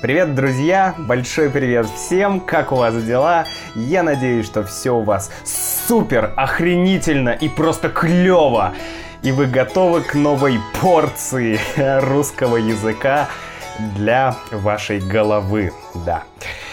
Привет, друзья! Большой привет всем! Как у вас дела? Я надеюсь, что все у вас супер, охренительно и просто клево! И вы готовы к новой порции русского языка для вашей головы. Да.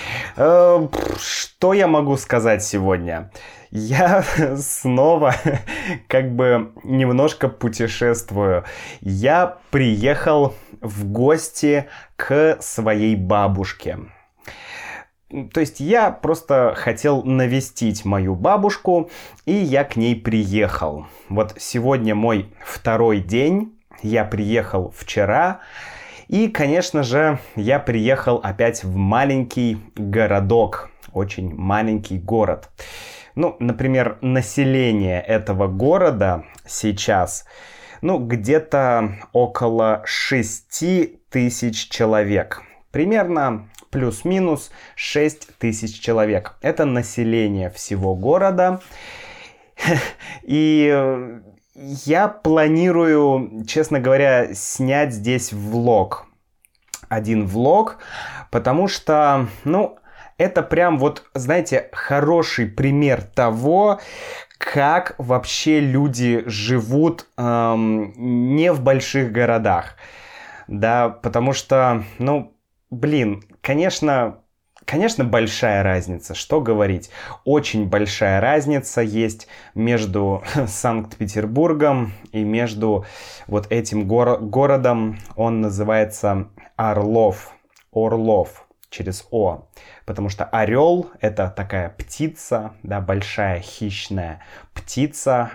Что я могу сказать сегодня? Я снова немножко путешествую. Я приехал в гости к своей бабушке. То есть я просто хотел навестить мою бабушку, и я к ней приехал. Вот сегодня мой второй день. Я приехал вчера. И, конечно же, я приехал опять в маленький городок. Очень маленький город. Например, население этого города сейчас, где-то около 6 тысяч человек. Примерно плюс-минус 6 тысяч человек. Это население всего города. И я планирую, честно говоря, снять здесь влог. Один влог, потому что, это прям знаете, хороший пример того, как вообще люди живут не в больших городах. Да, потому что, конечно, большая разница, что говорить. Очень большая разница есть между Санкт-Петербургом и между вот этим городом. Он называется Орлов. Через О. Потому что орел — это такая птица, да, большая хищная птица.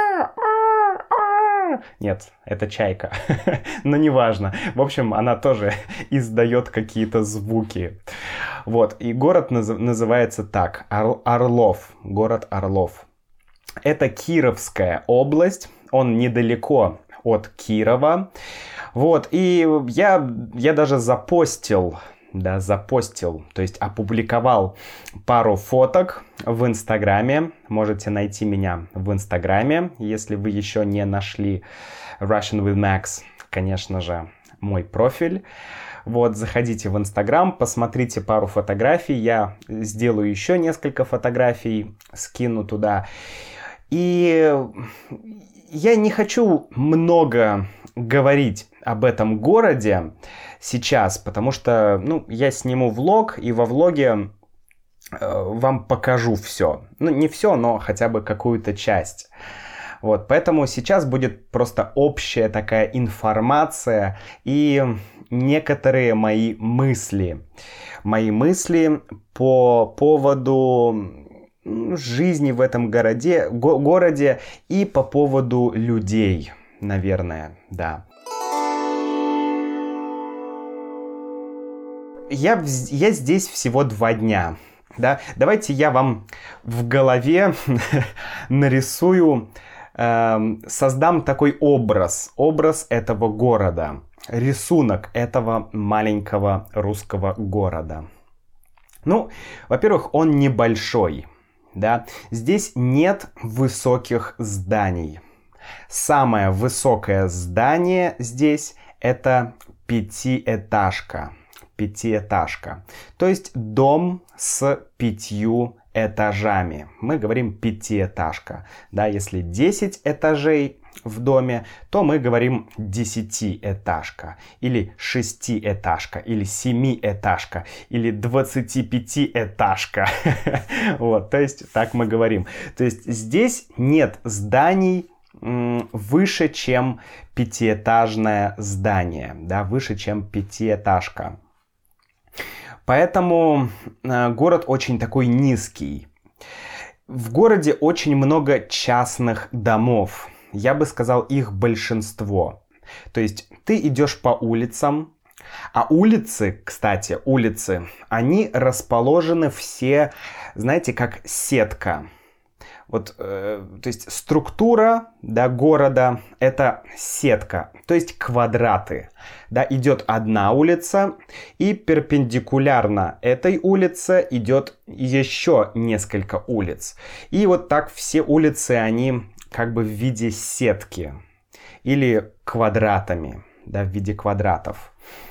Нет, это чайка. Но неважно. В общем, она тоже издает какие-то звуки. Вот. И город называется так. Орлов. Город Орлов. Это Кировская область. Он недалеко от Кирова. Вот. И я даже запостил, то есть опубликовал пару фоток в Инстаграме. Можете найти меня в Инстаграме, если вы еще не нашли Russian with Max, конечно же, мой профиль. Вот, заходите в Инстаграм, посмотрите пару фотографий. Я сделаю еще несколько фотографий, скину туда. И я не хочу много говорить об этом городе сейчас, потому что, я сниму влог, и во влоге вам покажу все. Не все, но хотя бы какую-то часть. Вот, поэтому сейчас будет просто общая такая информация и некоторые мои мысли. Мои мысли по поводу жизни в этом городе и по поводу людей, наверное, да. Я здесь всего 2 дня. Да? Давайте я вам в голове нарисую, создам такой образ этого города, рисунок этого маленького русского города. Во-первых, он небольшой. Да? Здесь нет высоких зданий. Самое высокое здание здесь — это пятиэтажка. То есть дом с 5 этажами. Мы говорим пятиэтажка. Да, если 10 этажей в доме, то мы говорим 10-этажка. Или 6-этажка. Или 7-этажка. Или 25-этажка. Вот, то есть так мы говорим. То есть здесь нет зданий выше, чем 5-этажное здание. Да, выше, чем 5-этажка. Поэтому город очень такой низкий. В городе очень много частных домов. Я бы сказал, их большинство. То есть ты идешь по улицам, а улицы, они расположены все, знаете, как сетка. Вот, то есть структура, да, города — это сетка, то есть квадраты. Да, идет одна улица, и перпендикулярно этой улице идет еще несколько улиц. И вот так все улицы, они как бы в виде сетки или квадратами, да, в виде квадратов.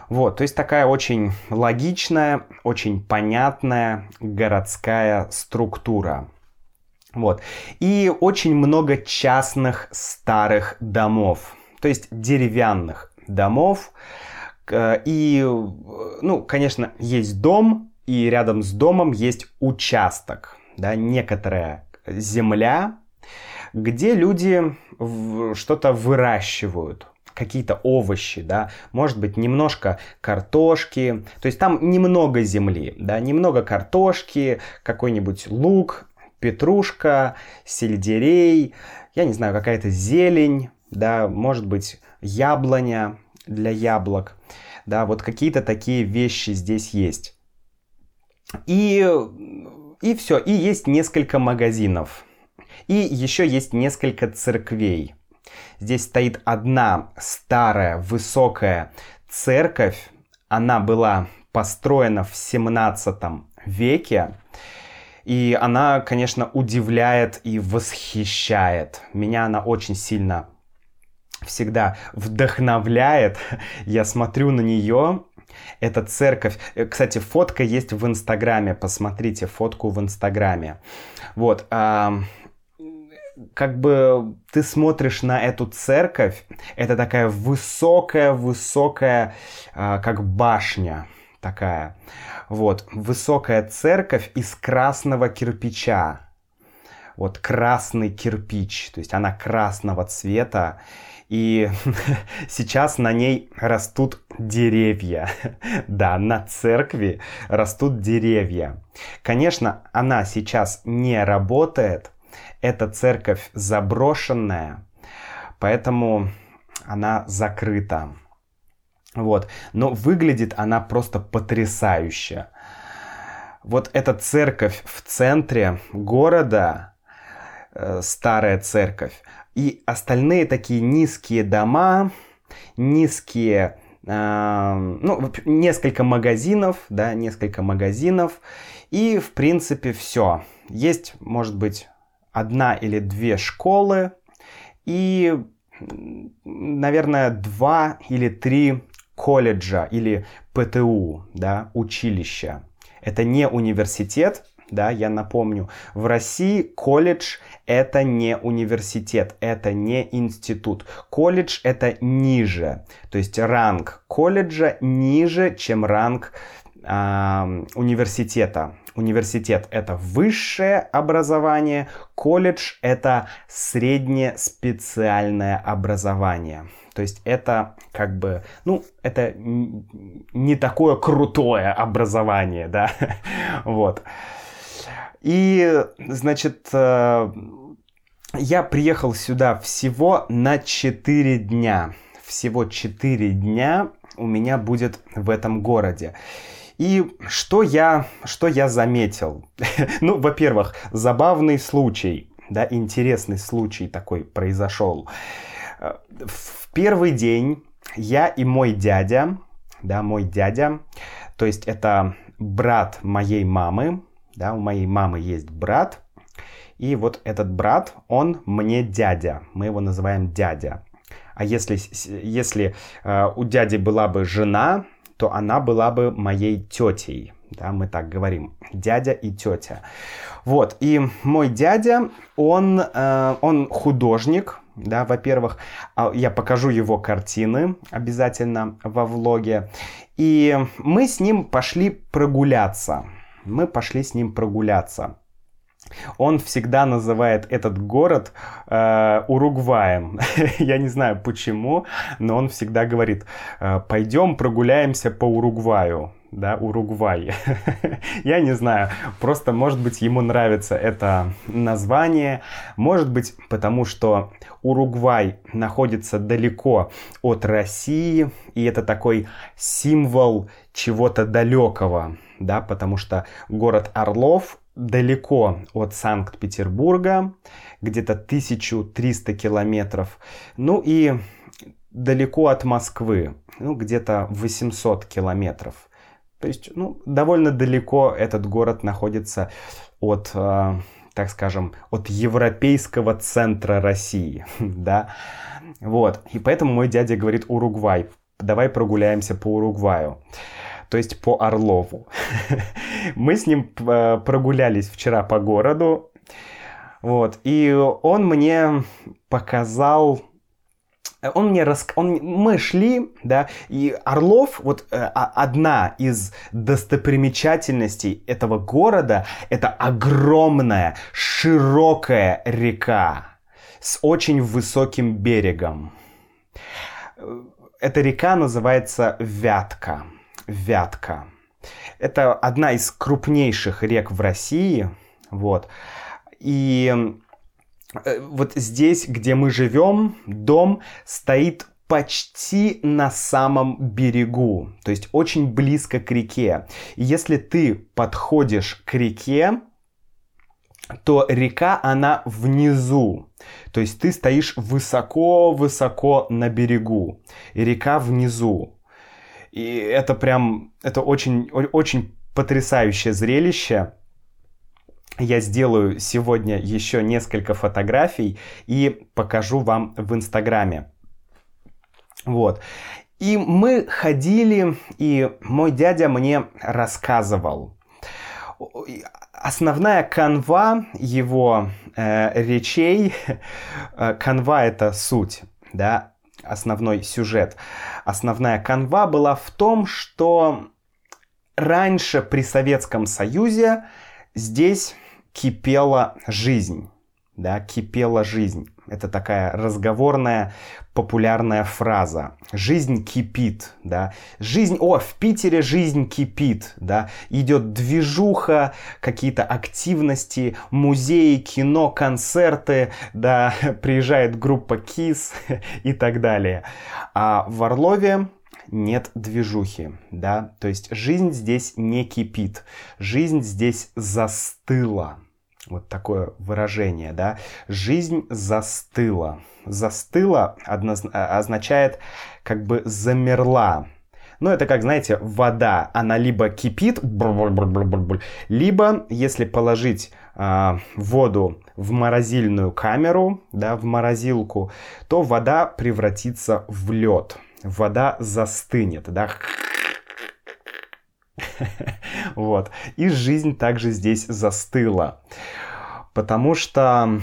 Вот, то есть такая очень логичная, очень понятная городская структура. Вот. И очень много частных старых домов, то есть деревянных домов. И, ну, конечно, есть дом, и рядом с домом есть участок, да, некоторая земля, где люди что-то выращивают, какие-то овощи, да, может быть, немножко картошки, то есть там немного земли, да, немного картошки, какой-нибудь лук, петрушка, сельдерей, я не знаю, какая-то зелень, да, может быть, яблоня для яблок, да, вот какие-то такие вещи здесь есть. И все, и есть несколько магазинов, и еще есть несколько церквей. Здесь стоит одна старая высокая церковь, она была построена в 17 веке, и она, конечно, удивляет и восхищает. Меня она очень сильно всегда вдохновляет. Я смотрю на нее. Эта церковь... Кстати, фотка есть в Инстаграме. Посмотрите фотку в Инстаграме. Вот. Как бы ты смотришь на эту церковь. Это такая высокая, как башня. Такая. Вот. Высокая церковь из красного кирпича. Вот красный кирпич. То есть она красного цвета. И сейчас на ней растут деревья. Да, на церкви растут деревья. Конечно, она сейчас не работает. Эта церковь заброшенная, поэтому она закрыта. Вот. Но выглядит она просто потрясающе. Вот эта церковь в центре города, старая церковь, и остальные такие низкие дома, низкие, несколько магазинов, да, несколько магазинов, и, в принципе, все. Есть, может быть, 1 или 2 школы, и, наверное, 2 или 3 колледжа, или ПТУ, да, училища. Это не университет. Да, я напомню, в России колледж это не университет, это не институт. Колледж это ниже, то есть ранг колледжа ниже, чем ранг университета. Университет это высшее образование, колледж это среднее специальное образование. То есть это как бы, это не такое крутое образование, да, вот. И, значит, я приехал сюда всего на 4 дня. Всего 4 дня у меня будет в этом городе. И что я заметил? Ну, во-первых, забавный случай, да, интересный случай такой произошел. В первый день я и мой дядя, то есть это брат моей мамы, да, у моей мамы есть брат, и вот этот брат, он мне дядя, мы его называем дядя. А если у дяди была бы жена, то она была бы моей тетей, да, мы так говорим, дядя и тетя. Вот, и мой дядя, он художник, да, во-первых, я покажу его картины обязательно во влоге, и мы с ним пошли прогуляться. Он всегда называет этот город Уругваем. Я не знаю почему, но он всегда говорит: пойдем прогуляемся по Уругваю. Да, Уругвай. Я не знаю, просто, может быть, ему нравится это название. Может быть, потому что Уругвай находится далеко от России, и это такой символ чего-то далекого, да, потому что город Орлов далеко от Санкт-Петербурга, где-то 1300 километров, ну и далеко от Москвы, где-то 800 километров. То есть, довольно далеко этот город находится от, так скажем, от европейского центра России, да. Вот, и поэтому мой дядя говорит Уругвай. давай прогуляемся по Уругваю. То есть по Орлову. Мы с ним прогулялись вчера по городу. Вот. И он мне показал... Мы шли, да, и Орлов, вот одна из достопримечательностей этого города, это огромная, широкая река с очень высоким берегом. Эта река называется Вятка. Вятка. Это одна из крупнейших рек в России, вот. И вот здесь, где мы живем, дом стоит почти на самом берегу, то есть очень близко к реке. И если ты подходишь к реке, то река, она внизу. То есть ты стоишь высоко-высоко на берегу, и река внизу. И это очень, очень потрясающее зрелище. Я сделаю сегодня еще несколько фотографий и покажу вам в Инстаграме. Вот. И мы ходили, и мой дядя мне рассказывал. Основная канва его речей, канва это суть, да, основной сюжет. Основная канва была в том, что раньше при Советском Союзе здесь кипела жизнь, да, кипела жизнь. Это такая разговорная, популярная фраза. Жизнь кипит, да. В Питере жизнь кипит, да. Идет движуха, какие-то активности, музеи, кино, концерты, да. Приезжает группа KISS и так далее. А в Орлове нет движухи, да. То есть жизнь здесь не кипит. Жизнь здесь застыла. Вот такое выражение, да. Жизнь застыла. Застыла означает как бы замерла. Ну, это как, знаете, вода. Она либо кипит, либо, если положить воду в морозильную камеру, да, в морозилку, то вода превратится в лед. Вода застынет, да. Вот. И жизнь также здесь застыла. Потому что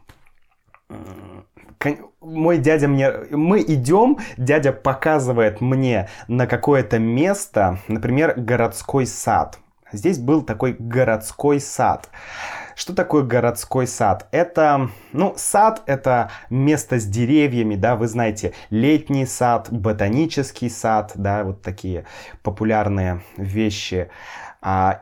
мы идем, дядя показывает мне на какое-то место, например, городской сад. Здесь был такой городской сад. Что такое городской сад? Это, сад это место с деревьями, да, вы знаете, летний сад, ботанический сад, да, вот такие популярные вещи. То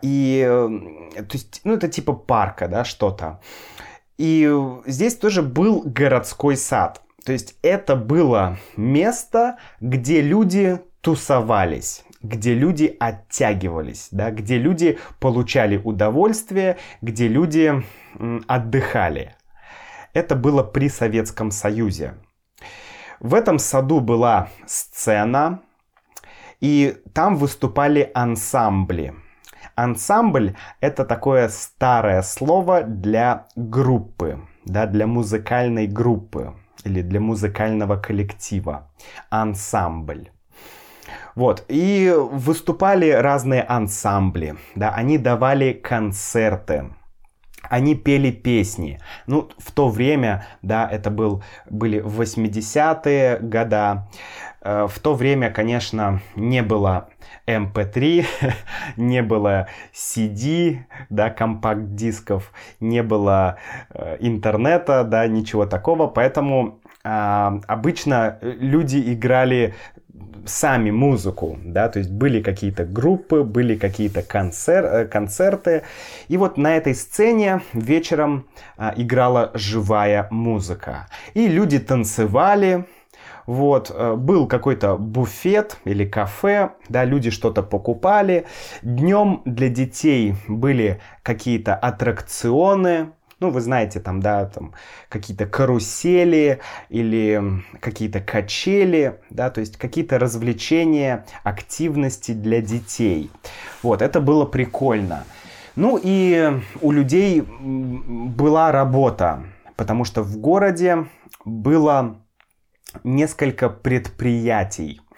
есть, это типа парка, да, что-то. И здесь тоже был городской сад. То есть это было место, где люди тусовались, где люди оттягивались, да, где люди получали удовольствие, где люди отдыхали. Это было при Советском Союзе. В этом саду была сцена, и там выступали ансамбли. Ансамбль — это такое старое слово для группы, да, для музыкальной группы или для музыкального коллектива. Ансамбль. Вот, и выступали разные ансамбли, да, они давали концерты, они пели песни. В то время, да, это были 80-е годы, в то время, конечно, не было MP3, не было CD, да, компакт-дисков, не было интернета, да, ничего такого, поэтому обычно люди играли сами музыку, да, то есть были какие-то группы, были какие-то концерты, и вот на этой сцене вечером играла живая музыка, и люди танцевали. Вот, был какой-то буфет или кафе, да, люди что-то покупали. Днем для детей были какие-то аттракционы, вы знаете, там какие-то карусели или какие-то качели, да, то есть какие-то развлечения, активности для детей. Вот, это было прикольно. И у людей была работа, потому что в городе было несколько предприятий.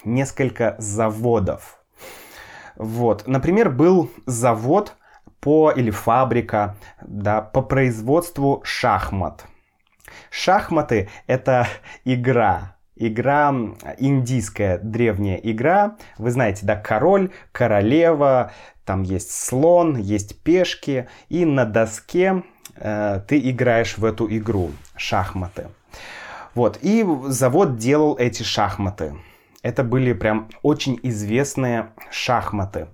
несколько заводов. Вот. Например, был завод или фабрика, да, по производству шахмат. Шахматы — это игра. Игра индийская, древняя игра. Вы знаете, да, король, королева, там есть слон, есть пешки. И на доске ты играешь в эту игру, шахматы. Вот, и завод делал эти шахматы. Это были прям очень известные шахматы.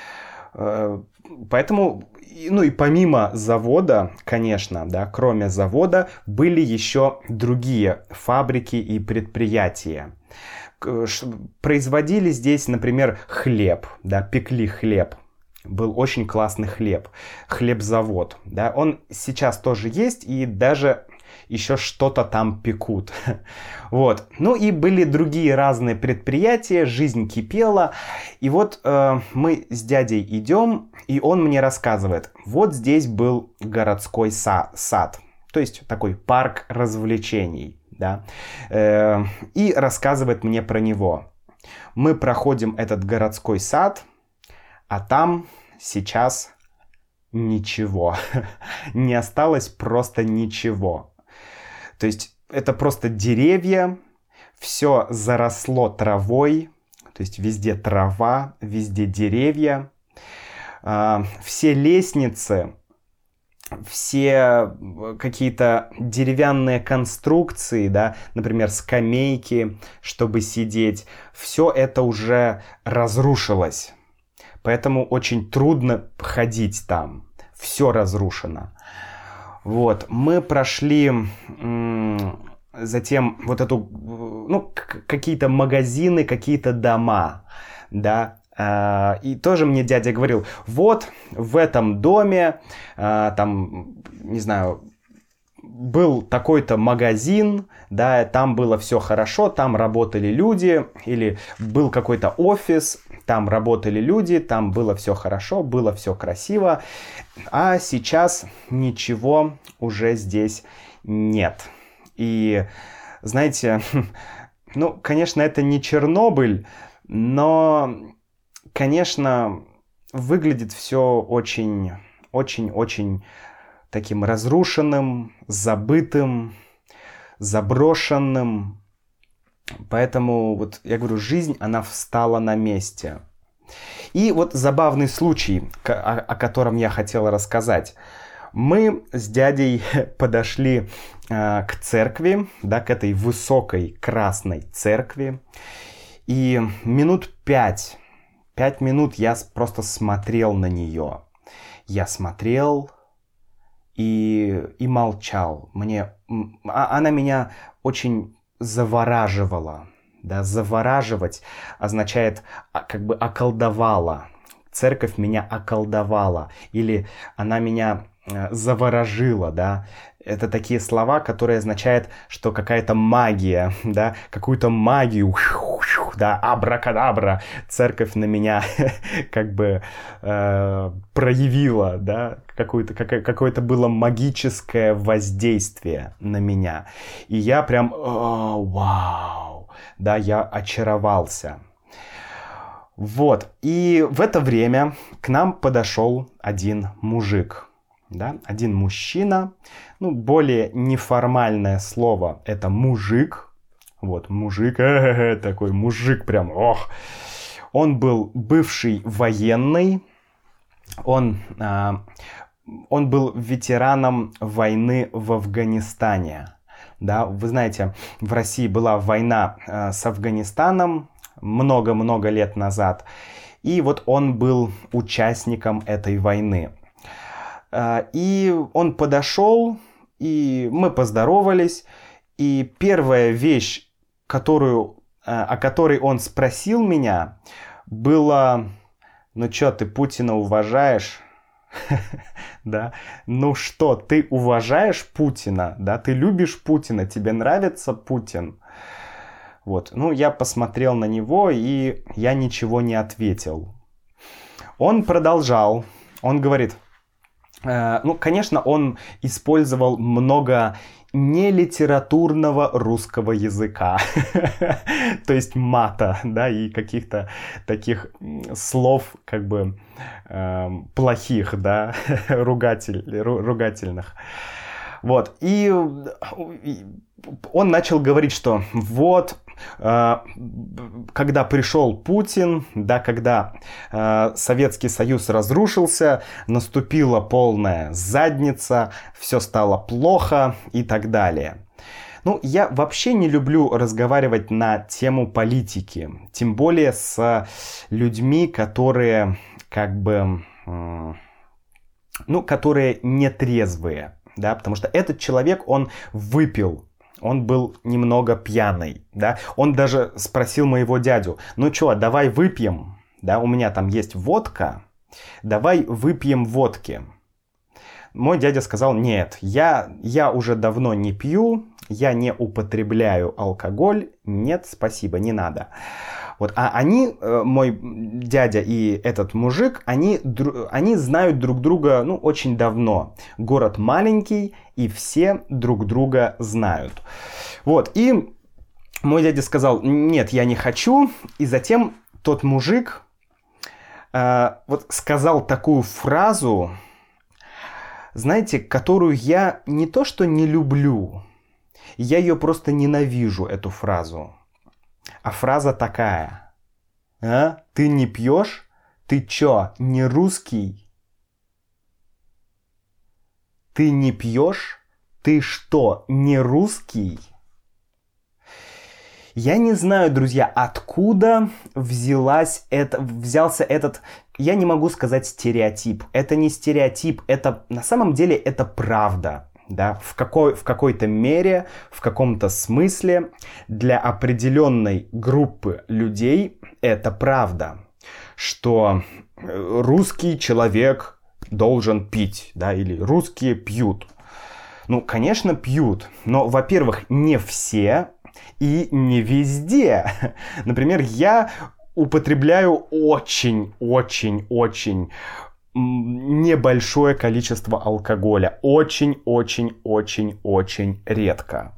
Поэтому, ну и помимо завода, конечно, да, кроме завода, были еще другие фабрики и предприятия. Производили здесь, например, хлеб, да, пекли хлеб. Был очень классный хлеб, хлебзавод, да, он сейчас тоже есть и даже еще что-то там пекут. Вот. Ну и были другие разные предприятия, жизнь кипела. И вот мы с дядей идем, и он мне рассказывает, вот здесь был городской сад, то есть такой парк развлечений, да, и рассказывает мне про него. Мы проходим этот городской сад, а там сейчас ничего. Не осталось просто ничего. То есть это просто деревья, все заросло травой, то есть везде трава, везде деревья. Все лестницы, все какие-то деревянные конструкции, да, например, скамейки, чтобы сидеть, все это уже разрушилось. Поэтому очень трудно ходить там. Все разрушено. Вот. Мы прошли затем вот эту, ну, какие-то магазины, какие-то дома, да. И тоже мне дядя говорил, вот в этом доме, там, не знаю, был такой-то магазин, да, там было все хорошо, там работали люди, или был какой-то офис, там работали люди, там было все хорошо, было все красиво, а сейчас ничего уже здесь нет. И, знаете, ну, конечно, это не Чернобыль, но, конечно, выглядит все очень-очень-очень таким разрушенным, забытым, заброшенным. Поэтому, вот я говорю, жизнь, она встала на месте. И вот забавный случай, о котором я хотел рассказать. Мы с дядей подошли к церкви, да, к этой высокой красной церкви. И минут 5 минут я просто смотрел на нее. Я смотрел и молчал. Она меня очень завораживала. Да, завораживать означает как бы околдовала. Церковь меня околдовала. Или она меня заворожила, да. Это такие слова, которые означают, что какая-то магия, да, какую-то магию, да, абракадабра, церковь на меня как бы проявила, да, какое-то было магическое воздействие на меня. И я прям, вау, да, я очаровался. Вот, и в это время к нам подошел один мужик. Да, один мужчина, ну, более неформальное слово, это мужик, вот, мужик, такой мужик прям, ох, он был бывший военный, он был ветераном войны в Афганистане, да, вы знаете, в России была война с Афганистаном много-много лет назад, и вот он был участником этой войны. И он подошел, и мы поздоровались. И первая вещь, о которой он спросил меня, была: ну что, ты Путина уважаешь? Да, ну что, ты уважаешь Путина? Да, ты любишь Путина? Тебе нравится Путин? Вот, ну я посмотрел на него, и я ничего не ответил. Он продолжал, он говорит... Ну, конечно, он использовал много нелитературного русского языка. То есть мата, да, и каких-то таких слов, как бы, плохих, да, ругательных. Вот, и он начал говорить, что вот, когда пришел Путин, да, когда Советский Союз разрушился, наступила полная задница, все стало плохо и так далее. Ну, я вообще не люблю разговаривать на тему политики, тем более с людьми, которые как бы, ну, которые нетрезвые, да, потому что этот человек, он выпил. Он был немного пьяный, да. Он даже спросил моего дядю: ну что, давай выпьем, да, у меня там есть водка, давай выпьем водки. Мой дядя сказал: нет, я уже давно не пью, я не употребляю алкоголь, нет, спасибо, не надо. Вот, а они, мой дядя и этот мужик, они знают друг друга, ну, очень давно. Город маленький, и все друг друга знают. Вот, и мой дядя сказал: нет, я не хочу. И затем тот мужик вот сказал такую фразу, знаете, которую я не то что не люблю, я ее просто ненавижу, эту фразу. А фраза такая: а? Ты не пьешь? Ты чё, не русский? Ты не пьешь? Ты что, не русский? Я не знаю, друзья, откуда взялся этот, я не могу сказать стереотип. Это не стереотип, это на самом деле это правда. Да, в какой-то мере, в каком-то смысле для определенной группы людей это правда, что русский человек должен пить, да, или русские пьют. Ну, конечно, пьют, но, во-первых, не все и не везде. Например, я употребляю очень-очень-очень небольшое количество алкоголя. Очень-очень-очень-очень редко.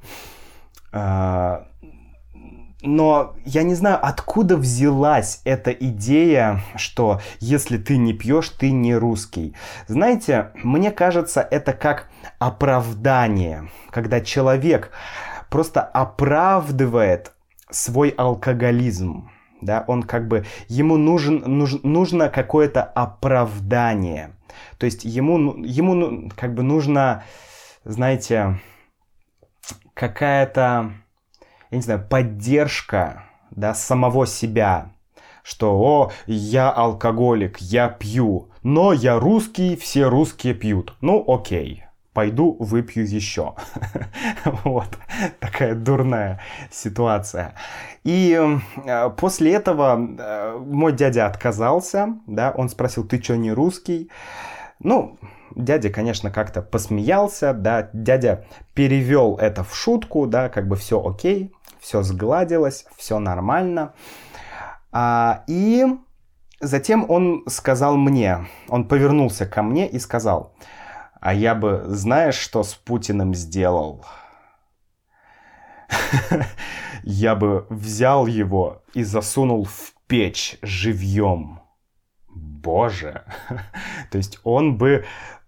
Но я не знаю, откуда взялась эта идея, что если ты не пьешь, ты не русский. Знаете, мне кажется, это как оправдание, когда человек просто оправдывает свой алкоголизм. Да, он как бы, ему нужно какое-то оправдание. То есть ему как бы нужно, знаете, какая-то, я не знаю, поддержка, да, самого себя. Что, о, я алкоголик, я пью, но я русский, все русские пьют. Ну, окей. Пойду выпью еще. Вот. Такая дурная ситуация. И после этого мой дядя отказался. Да, он спросил: ты что, не русский? Ну, дядя, конечно, как-то посмеялся. Да, дядя перевел это в шутку. Да, как бы все окей, все сгладилось, все нормально. И затем он сказал мне, он повернулся ко мне и сказал: а я бы, знаешь, что с Путиным сделал? Я бы взял его и засунул в печь живьем. Боже! То есть он бы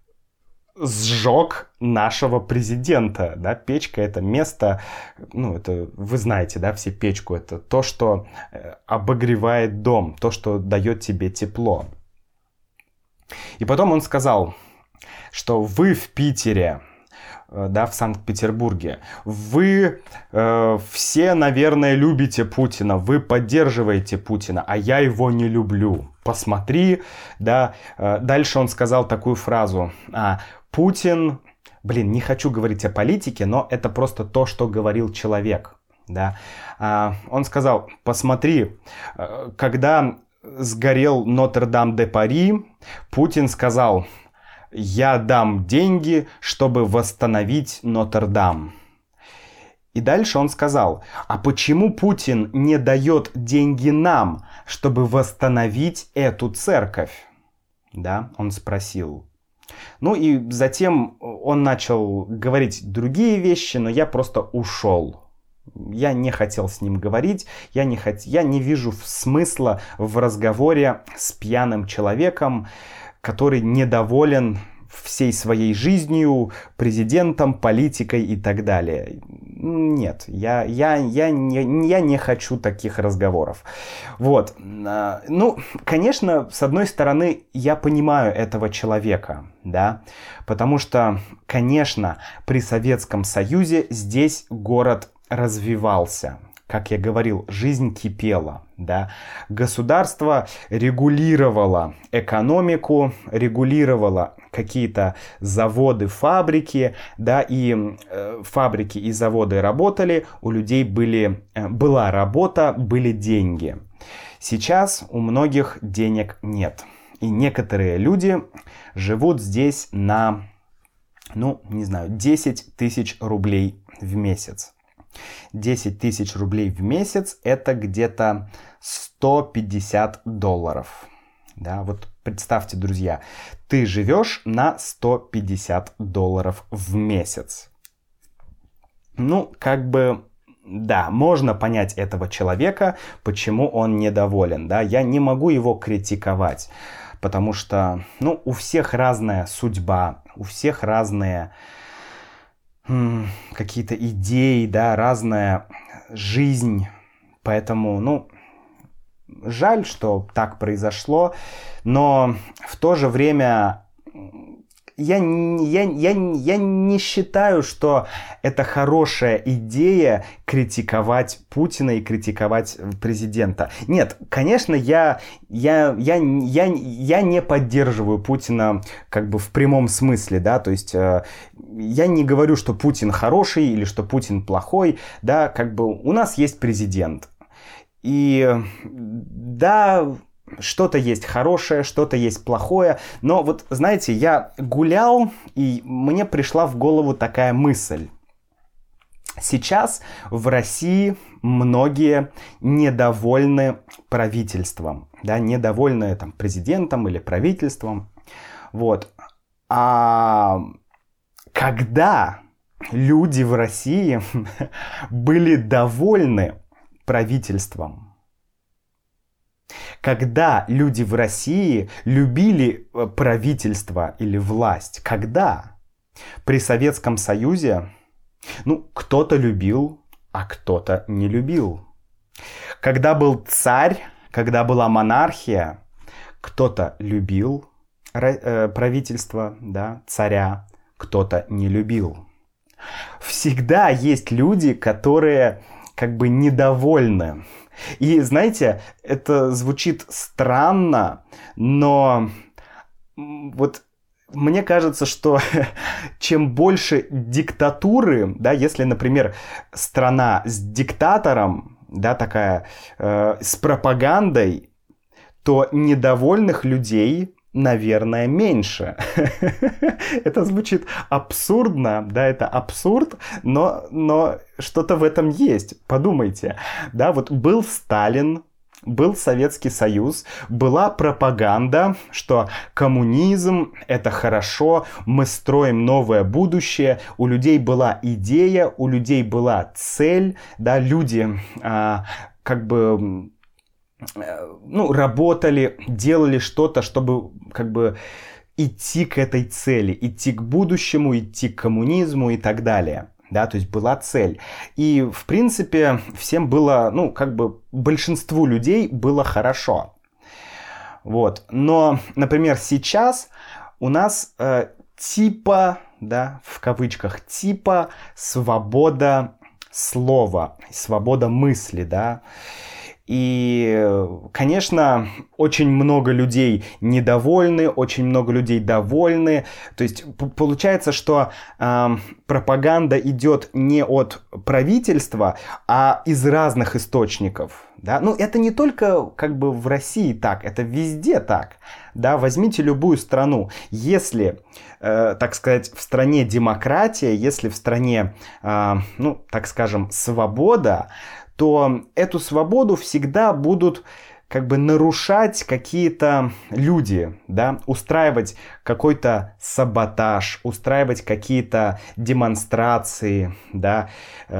сжег нашего президента. Да? Печка — это место, ну, это вы знаете, да, все печку. Это то, что обогревает дом, то, что дает тебе тепло. И потом он сказал, что вы в Питере, да, в Санкт-Петербурге, вы все, наверное, любите Путина, вы поддерживаете Путина, а я его не люблю. Посмотри, да. Дальше он сказал такую фразу: Путин, не хочу говорить о политике, но это просто то, что говорил человек, да. Он сказал: посмотри, когда сгорел Нотр-Дам-де-Пари, Путин сказал: я дам деньги, чтобы восстановить Нотр-Дам. И дальше он сказал: а почему Путин не дает деньги нам, чтобы восстановить эту церковь? Да, он спросил. Ну и затем он начал говорить другие вещи, но я просто ушел. Я не хотел с ним говорить, я не вижу смысла в разговоре с пьяным человеком, который недоволен всей своей жизнью, президентом, политикой и так далее. Нет, я не хочу таких разговоров. Вот. Ну, конечно, с одной стороны, я понимаю этого человека, да, потому что, конечно, при Советском Союзе здесь город развивался. Как я говорил, жизнь кипела, да. Государство регулировало экономику, регулировало какие-то заводы, фабрики, да, и фабрики и заводы работали, у людей была работа, были деньги. Сейчас у многих денег нет. И некоторые люди живут здесь на, ну, не знаю, 10 тысяч рублей в месяц. 10 тысяч рублей в месяц — это где-то $150. Да, вот представьте, друзья, ты живешь на $150 в месяц. Ну, как бы, да, можно понять этого человека, почему он недоволен. Да? Я не могу его критиковать, потому что, ну, у всех разная судьба, у всех разные какие-то идеи, да, разная жизнь. Поэтому, ну, жаль, что так произошло, но в то же время я не считаю, что это хорошая идея критиковать Путина и критиковать президента. Нет, конечно, я не поддерживаю Путина как бы в прямом смысле, да, то есть я не говорю, что Путин хороший или что Путин плохой, да, как бы у нас есть президент. И да, что-то есть хорошее, что-то есть плохое. Но вот, знаете, я гулял, и мне пришла в голову такая мысль. Сейчас в России многие недовольны правительством, да, недовольны там президентом или правительством. Вот. А когда люди в России были довольны правительством, когда люди в России любили правительство или власть? Когда? При Советском Союзе, ну, кто-то любил, а кто-то не любил. Когда был царь, когда была монархия, кто-то любил правительство, да, царя, кто-то не любил. Всегда есть люди, которые как бы недовольны. И знаете, это звучит странно, но вот мне кажется, что чем больше диктатуры, да, если, например, страна с диктатором, да, такая, с пропагандой, то недовольных людей, наверное, меньше. Это звучит абсурдно, да, это абсурд, но что-то в этом есть. Подумайте, да, вот был Сталин, был Советский Союз, была пропаганда, что коммунизм — это хорошо, мы строим новое будущее, у людей была идея, у людей была цель, да, люди как бы, ну, работали, делали что-то, чтобы как бы идти к этой цели, идти к будущему, идти к коммунизму и так далее. Да, то есть была цель. И, в принципе, всем было, ну, как бы большинству людей было хорошо. Вот. Но, например, сейчас у нас типа, да, в кавычках, типа свобода слова, свобода мысли, да. И, конечно, очень много людей недовольны, очень много людей довольны. То есть получается, что пропаганда идет не от правительства, а из разных источников. Да? Ну, это не только как бы в России так, это везде так. Да? Возьмите любую страну. Если, так сказать, в стране демократия, если в стране, ну, так скажем, свобода, то эту свободу всегда будут как бы нарушать какие-то люди, да, устраивать какой-то саботаж, устраивать какие-то демонстрации, да,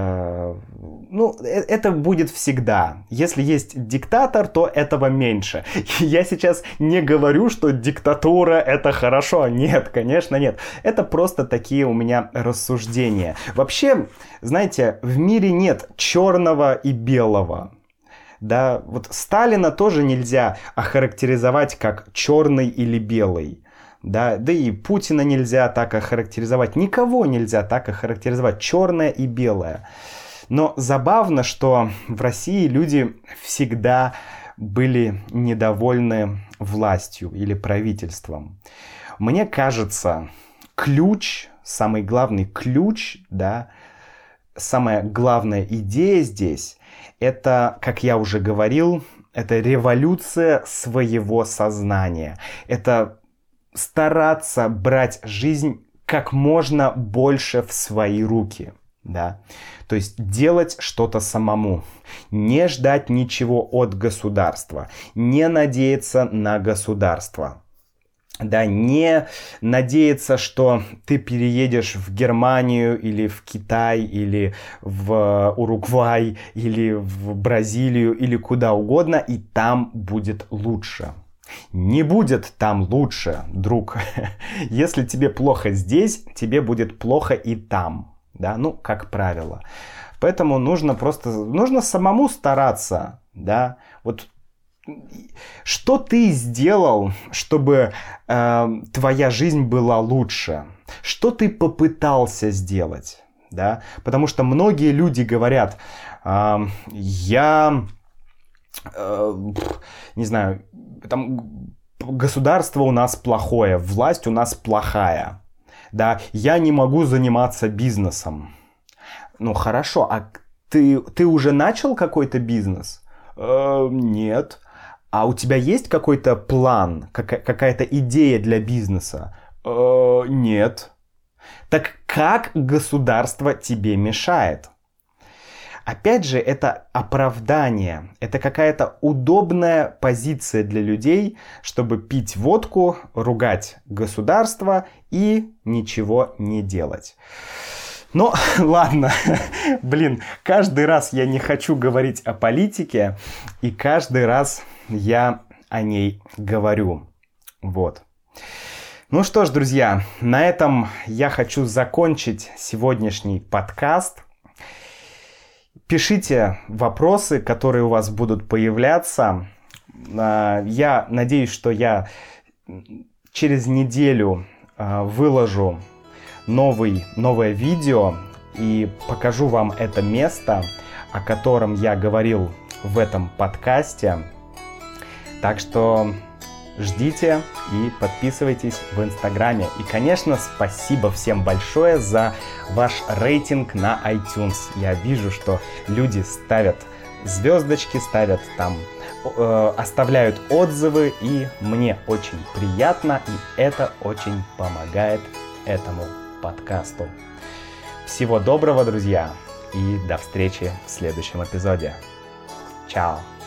это будет всегда. Если есть диктатор, то этого меньше. Я сейчас не говорю, что диктатура это хорошо. Нет, конечно, нет. Это просто такие у меня рассуждения. Вообще, знаете, в мире нет черного и белого. Да, вот Сталина тоже нельзя охарактеризовать как черный или белый. Да и Путина нельзя так охарактеризовать. Никого нельзя так охарактеризовать. Черное и белое. Но забавно, что в России люди всегда были недовольны властью или правительством. Мне кажется, самый главный ключ, да, самая главная идея здесь, это, как я уже говорил, это революция своего сознания. Это стараться брать жизнь как можно больше в свои руки. Да? То есть делать что-то самому. Не ждать ничего от государства. Не надеяться на государство. Да, не надеяться, что ты переедешь в Германию или в Китай, или в Уругвай, или в Бразилию, или куда угодно, и там будет лучше. Не будет там лучше, друг. Если тебе плохо здесь, тебе будет плохо и там. Да, как правило. Поэтому нужно самому стараться, да. Вот что ты сделал, чтобы твоя жизнь была лучше? Что ты попытался сделать? Да? Потому что многие люди говорят, не знаю, там государство у нас плохое, власть у нас плохая. Да, я не могу заниматься бизнесом. Хорошо, а ты уже начал какой-то бизнес? Нет. А у тебя есть какой-то план, какая-то идея для бизнеса? Нет. Так как государство тебе мешает? Опять же, это оправдание, это какая-то удобная позиция для людей, чтобы пить водку, ругать государство и ничего не делать. Ладно, каждый раз я не хочу говорить о политике, и каждый раз я о ней говорю. Вот. Что ж, друзья, на этом я хочу закончить сегодняшний подкаст. Пишите вопросы, которые у вас будут появляться. Я надеюсь, что я через неделю выложу новое видео и покажу вам это место, о котором я говорил в этом подкасте. Так что ждите и подписывайтесь в Инстаграме. И, конечно, спасибо всем большое за ваш рейтинг на iTunes. Я вижу, что люди ставят звездочки, оставляют отзывы, и мне очень приятно, и это очень помогает этому подкасту. Всего доброго, друзья, и до встречи в следующем эпизоде. Чао!